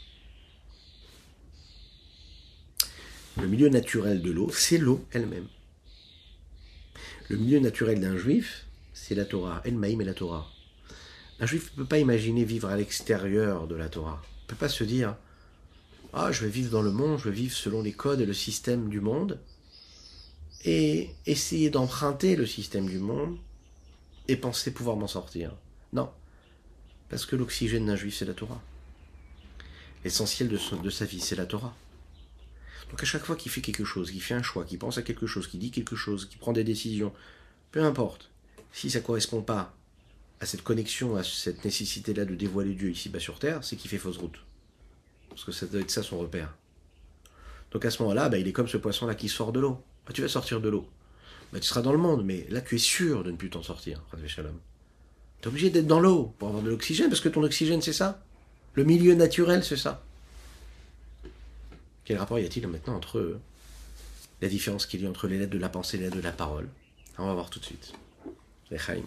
Le milieu naturel de l'eau, c'est l'eau elle-même. Le milieu naturel d'un juif, c'est la Torah. El Maïm et la Torah. Un juif ne peut pas imaginer vivre à l'extérieur de la Torah. Il ne peut pas se dire « Ah, je vais vivre dans le monde, je vais vivre selon les codes et le système du monde » et essayer d'emprunter le système du monde et penser pouvoir m'en sortir. Non, parce que l'oxygène d'un juif, c'est la Torah. L'essentiel de sa vie, c'est la Torah. Donc à chaque fois qu'il fait quelque chose, qu'il fait un choix, qu'il pense à quelque chose, qu'il dit quelque chose, qu'il prend des décisions, peu importe, si ça ne correspond pas à cette connexion, à cette nécessité-là de dévoiler Dieu ici-bas sur Terre, c'est qu'il fait fausse route. Parce que ça doit être ça son repère. Donc à ce moment-là, il est comme ce poisson-là qui sort de l'eau. Tu vas sortir de l'eau. Tu seras dans le monde, mais là tu es sûr de ne plus t'en sortir. Tu es obligé d'être dans l'eau pour avoir de l'oxygène, parce que ton oxygène c'est ça. Le milieu naturel c'est ça. Quel rapport y a-t-il maintenant entre la différence qu'il y a entre les lettres de la pensée et les lettres de la parole? On va voir tout de suite. L'Echaim.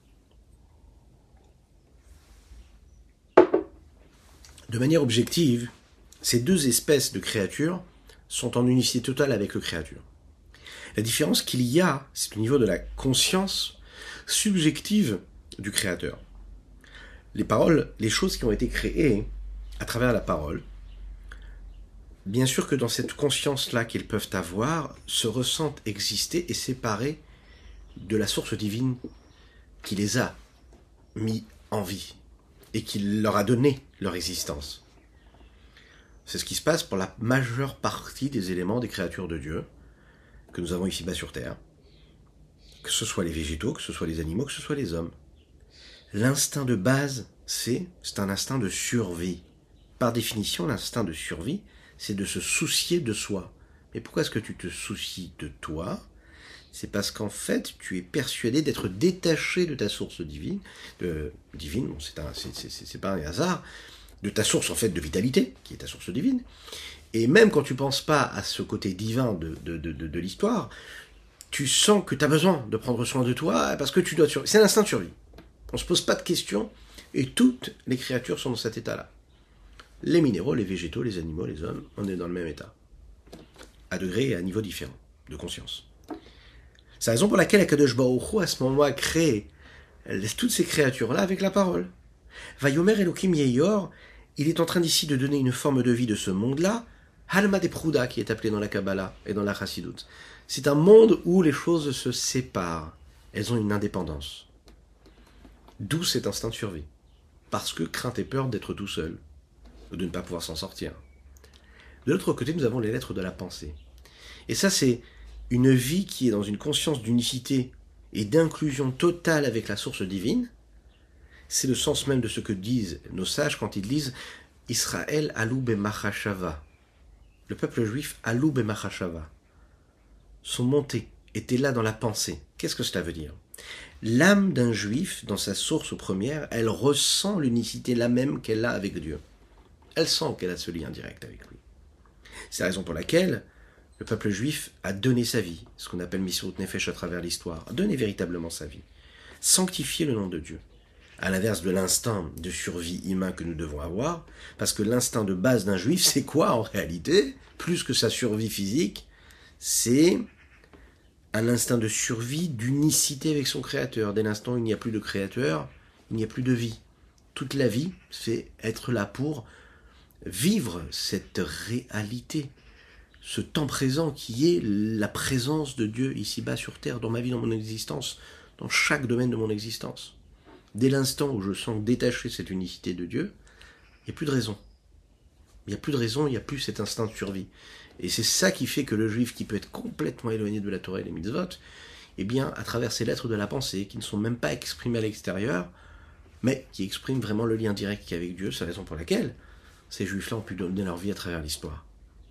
De manière objective, ces deux espèces de créatures sont en unicité totale avec le Créateur. La différence qu'il y a, c'est au niveau de la conscience subjective du Créateur. Les paroles, les choses qui ont été créées à travers la parole, bien sûr que dans cette conscience-là qu'ils peuvent avoir, se ressentent exister et séparés de la source divine qui les a mis en vie et qui leur a donné leur existence. C'est ce qui se passe pour la majeure partie des éléments des créatures de Dieu que nous avons ici-bas sur Terre, que ce soit les végétaux, que ce soit les animaux, que ce soit les hommes. L'instinct de base, c'est un instinct de survie. Par définition, l'instinct de survie, c'est de se soucier de soi. Mais pourquoi est-ce que tu te soucies de toi? C'est parce qu'en fait, tu es persuadé d'être détaché de ta source divine. Bon, c'est pas un hasard. De ta source, en fait, de vitalité, qui est ta source divine. Et même quand tu ne penses pas à ce côté divin de l'histoire, tu sens que tu as besoin de prendre soin de toi parce que tu dois survivre. C'est l'instinct de survie. On ne se pose pas de questions et toutes les créatures sont dans cet état-là. Les minéraux, les végétaux, les animaux, les hommes, on est dans le même état. À degrés et à niveaux différents de conscience. C'est la raison pour laquelle Akadosh Baruch Hu, à ce moment, a créé toutes ces créatures-là avec la parole. Vayomer Elokim Yeyor, il est en train d'ici de donner une forme de vie de ce monde-là, Halma de Prouda, qui est appelé dans la Kabbalah et dans la Chassidut. C'est un monde où les choses se séparent. Elles ont une indépendance. D'où cet instinct de survie. Parce que crainte et peur d'être tout seul, ou de ne pas pouvoir s'en sortir. De l'autre côté, nous avons les lettres de la pensée. Et ça, c'est une vie qui est dans une conscience d'unicité et d'inclusion totale avec la source divine. C'est le sens même de ce que disent nos sages quand ils disent « Israël alou b'machashava ». Le peuple juif alou b'machashava. Son montée était là dans la pensée. Qu'est-ce que cela veut dire? L'âme d'un juif, dans sa source première, elle ressent l'unicité la même qu'elle a avec Dieu. Elle sent qu'elle a ce lien direct avec lui. C'est la raison pour laquelle le peuple juif a donné sa vie, ce qu'on appelle Misrut Nefesh à travers l'histoire, a donné véritablement sa vie, sanctifier le nom de Dieu. À l'inverse de l'instinct de survie humain que nous devons avoir, parce que l'instinct de base d'un juif, c'est quoi en réalité? Plus que sa survie physique, c'est un instinct de survie, d'unicité avec son créateur. Dès l'instant où il n'y a plus de créateur, il n'y a plus de vie. Toute la vie, c'est être là pour vivre cette réalité, ce temps présent qui est la présence de Dieu ici-bas sur terre, dans ma vie, dans mon existence, dans chaque domaine de mon existence. Dès l'instant où je sens détacher cette unicité de Dieu, il n'y a plus de raison. Il n'y a plus de raison, il n'y a plus cet instinct de survie. Et c'est ça qui fait que le juif, qui peut être complètement éloigné de la Torah et des mitzvot, eh bien, à travers ces lettres de la pensée, qui ne sont même pas exprimées à l'extérieur, mais qui expriment vraiment le lien direct qu'il y a avec Dieu, c'est la raison pour laquelle ces juifs-là ont pu donner leur vie à travers l'histoire.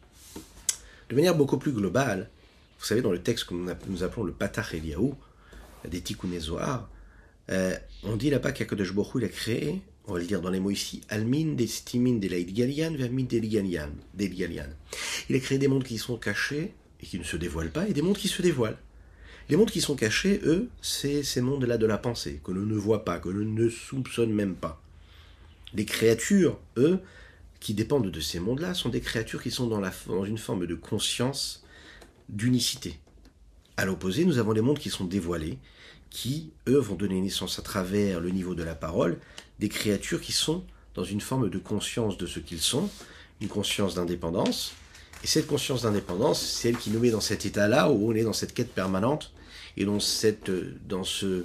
De manière beaucoup plus globale, vous savez, dans le texte que nous appelons le Patach Eliyahu, des Tikkun Zohar, on dit là-bas qu'Akadosh Baruch Hu, il a créé, on va le dire dans les mots ici, Almin des Stimin des Laïd Galian, Vermin des Ligalian. Il a créé des mondes qui sont cachés et qui ne se dévoilent pas, et des mondes qui se dévoilent. Les mondes qui sont cachés, eux, c'est ces mondes-là de la pensée, que l'on ne voit pas, que l'on ne soupçonne même pas. Les créatures, eux, qui dépendent de ces mondes-là, sont des créatures qui sont dans une forme de conscience, d'unicité. À l'opposé, nous avons les mondes qui sont dévoilés, qui, eux, vont donner naissance à travers le niveau de la parole, des créatures qui sont dans une forme de conscience de ce qu'ils sont, une conscience d'indépendance. Et cette conscience d'indépendance, c'est elle qui nous met dans cet état-là, où on est dans cette quête permanente, et dans ce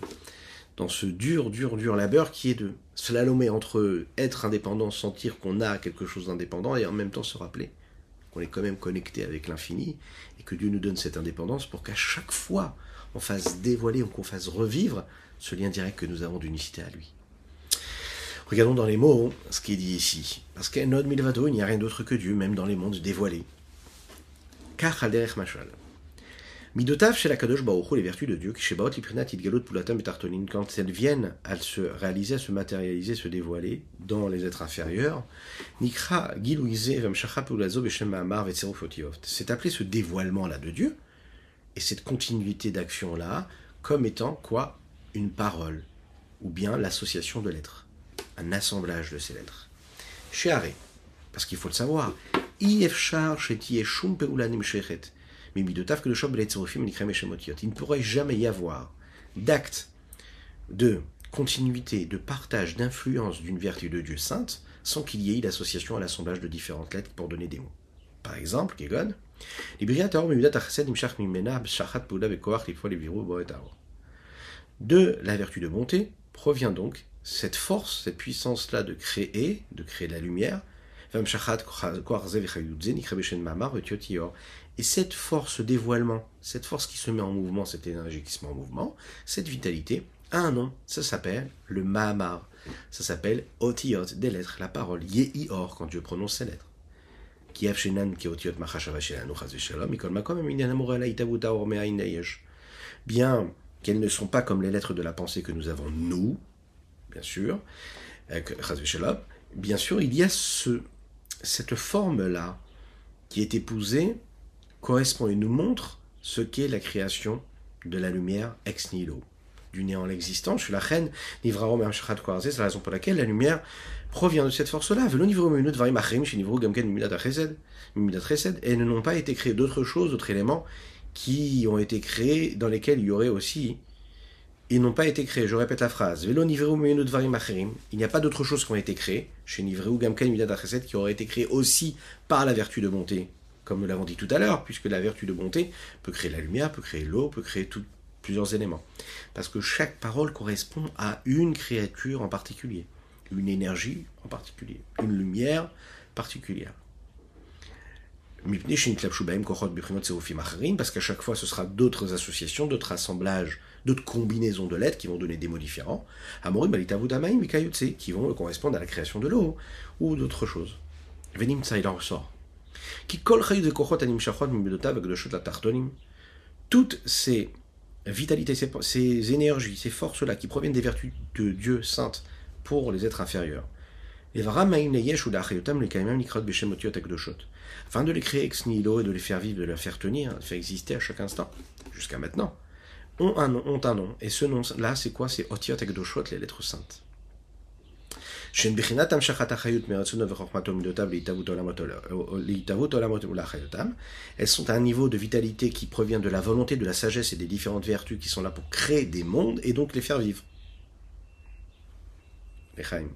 dur labeur qui est de slalomer entre être indépendant, sentir qu'on a quelque chose d'indépendant, et en même temps se rappeler qu'on est quand même connecté avec l'infini, et que Dieu nous donne cette indépendance pour qu'à chaque fois, on fasse dévoiler ou qu'on fasse revivre ce lien direct que nous avons d'unicité à lui. Regardons dans les mots ce qui est dit ici. Parce qu'Enod Milvado, il n'y a rien d'autre que Dieu, même dans les mondes dévoilés. Kach al derech mashal. Midotav shel HaKadosh Baruch Hu, les vertus de Dieu, qui shebaot liprinat idgalot pulatam betartonin, quand elles viennent à se réaliser, à se matérialiser, se dévoiler dans les êtres inférieurs, nikra giluize vemshacha pulazo beshem ma'amar vetseruf otiot. C'est appelé ce dévoilement-là de Dieu, et cette continuité d'action-là, comme étant quoi? Une parole, ou bien l'association de lettres, un assemblage de ces lettres. Sheare, parce qu'il faut le savoir, il ne pourrait jamais y avoir d'acte de continuité, de partage, d'influence d'une vertu de Dieu sainte sans qu'il y ait l'association à l'assemblage de différentes lettres pour donner des mots. Par exemple, Kegon, de la vertu de bonté provient donc cette force, cette puissance-là de créer la lumière, et cette force dévoilement, cette force qui se met en mouvement, cette énergie qui se met en mouvement, cette vitalité, a un nom, ça s'appelle le Mahamar, ça s'appelle Otiyot, des lettres, la parole, Yehior, quand Dieu prononce ces lettres. Bien qu'elles ne sont pas comme les lettres de la pensée que nous avons nous, bien sûr, bien sûr, il y a cette forme-là qui est épousée, correspond et nous montre ce qu'est la création de la lumière ex nihilo, du néant à l'existence. Chez la reine, c'est la raison pour laquelle la lumière provient de cette force-là. Et ne n'ont pas été créés d'autres choses, d'autres éléments qui ont été créés, dans lesquels il y aurait aussi, ils n'ont pas été créés. Je répète la phrase. Velo nivreu meyenu dvarim acherim. Il n'y a pas d'autre chose qui ont été créées. Chez nivreu gamken midat chesed, qui auraient été créés aussi par la vertu de bonté, comme nous l'avons dit tout à l'heure, puisque la vertu de bonté peut créer la lumière, peut créer l'eau, peut créer plusieurs éléments. Parce que chaque parole correspond à une créature en particulier, une énergie en particulier, une lumière particulière. Parce qu'à chaque fois ce sera d'autres associations, d'autres assemblages, d'autres combinaisons de lettres qui vont donner des mots différents, qui vont correspondre à la création de l'eau, ou d'autres choses. Il en ressort. Toutes ces vitalités, ces énergies, ces forces-là qui proviennent des vertus de Dieu saintes pour les êtres inférieurs, afin de les créer ex nihilo et de les faire vivre, de les faire tenir, de les faire exister à chaque instant, jusqu'à maintenant, ont un nom. Et ce nom-là, c'est quoi? C'est Otiot Ekdoshot, les lettres saintes. Elles sont à un niveau de vitalité qui provient de la volonté, de la sagesse et des différentes vertus qui sont là pour créer des mondes et donc les faire vivre. Lechaim.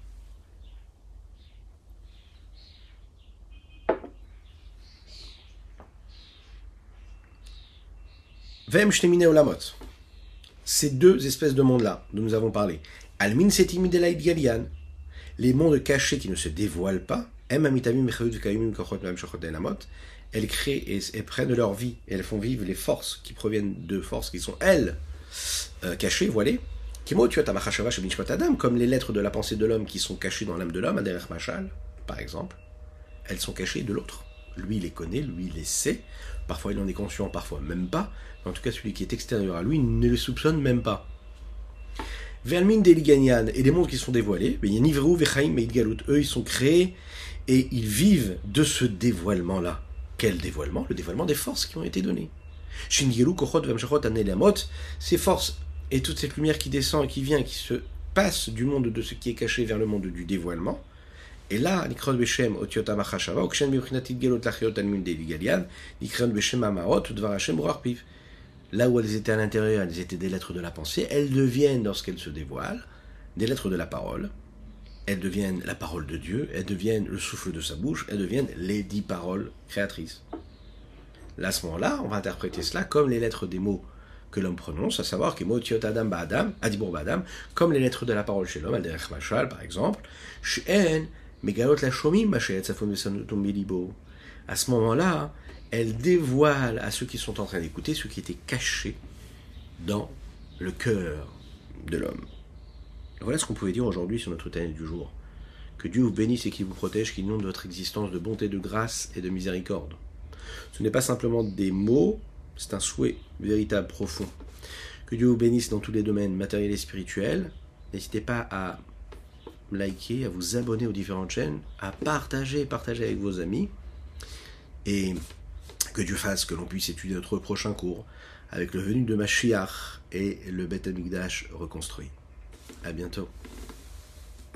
Vem shtemine olamot. Ces deux espèces de mondes-là, dont nous avons parlé. Almin setim delaïd galian. Les mondes cachés qui ne se dévoilent pas. Elles créent et prennent leur vie. Et elles font vivre les forces qui proviennent de forces qui sont, elles, cachées, voilées. Comme les lettres de la pensée de l'homme qui sont cachées dans l'âme de l'homme, Aderech Machal, par exemple. Elles sont cachées de l'autre. Lui, il les connaît, lui, il les sait. Parfois, il en est conscient, parfois même pas. En tout cas, celui qui est extérieur à lui ne le soupçonne même pas. Vermin Deliganian et les mondes qui sont dévoilés, mais il y a Nivru, Vechaim et Idgalut. Eux, ils sont créés et ils vivent de ce dévoilement-là. Quel dévoilement? Le dévoilement des forces qui ont été données. Shingiru, Kochot, Vamshachot, Anelamot, ces forces et toute cette lumière qui descend et qui vient, qui se passe du monde de ce qui est caché vers le monde du dévoilement. Et là, Nikron Beshem, Otiota Machashava, Okshen Bibrinat Idgalot, Lachiot, Almin Deligalian, Nikron Beshem Amaot, Udvar Hashem, Brarpiv. Là où elles étaient à l'intérieur, elles étaient des lettres de la pensée, elles deviennent, lorsqu'elles se dévoilent, des lettres de la parole. Elles deviennent la parole de Dieu, elles deviennent le souffle de sa bouche, elles deviennent les 10 paroles créatrices. Là, à ce moment-là, on va interpréter cela comme les lettres des mots que l'homme prononce, à savoir que Motiot Adam Ba'adam, Adibur Ba'adam, comme les lettres de la parole chez l'homme, Al-Derech Machal, par exemple, She'en, Megalot la Shomim, Machet, Safon Vesanutum Milibo. À ce moment-là, elle dévoile à ceux qui sont en train d'écouter ce qui était caché dans le cœur de l'homme. Voilà ce qu'on pouvait dire aujourd'hui sur notre thème du jour. Que Dieu vous bénisse et qu'il vous protège, qu'il inonde votre existence de bonté, de grâce et de miséricorde. Ce n'est pas simplement des mots, c'est un souhait véritable, profond. Que Dieu vous bénisse dans tous les domaines matériels et spirituels. N'hésitez pas à liker, à vous abonner aux différentes chaînes, à partager avec vos amis. Et que Dieu fasse que l'on puisse étudier notre prochain cours avec le venu de Mashiach et le Beth Amikdash reconstruit. À bientôt.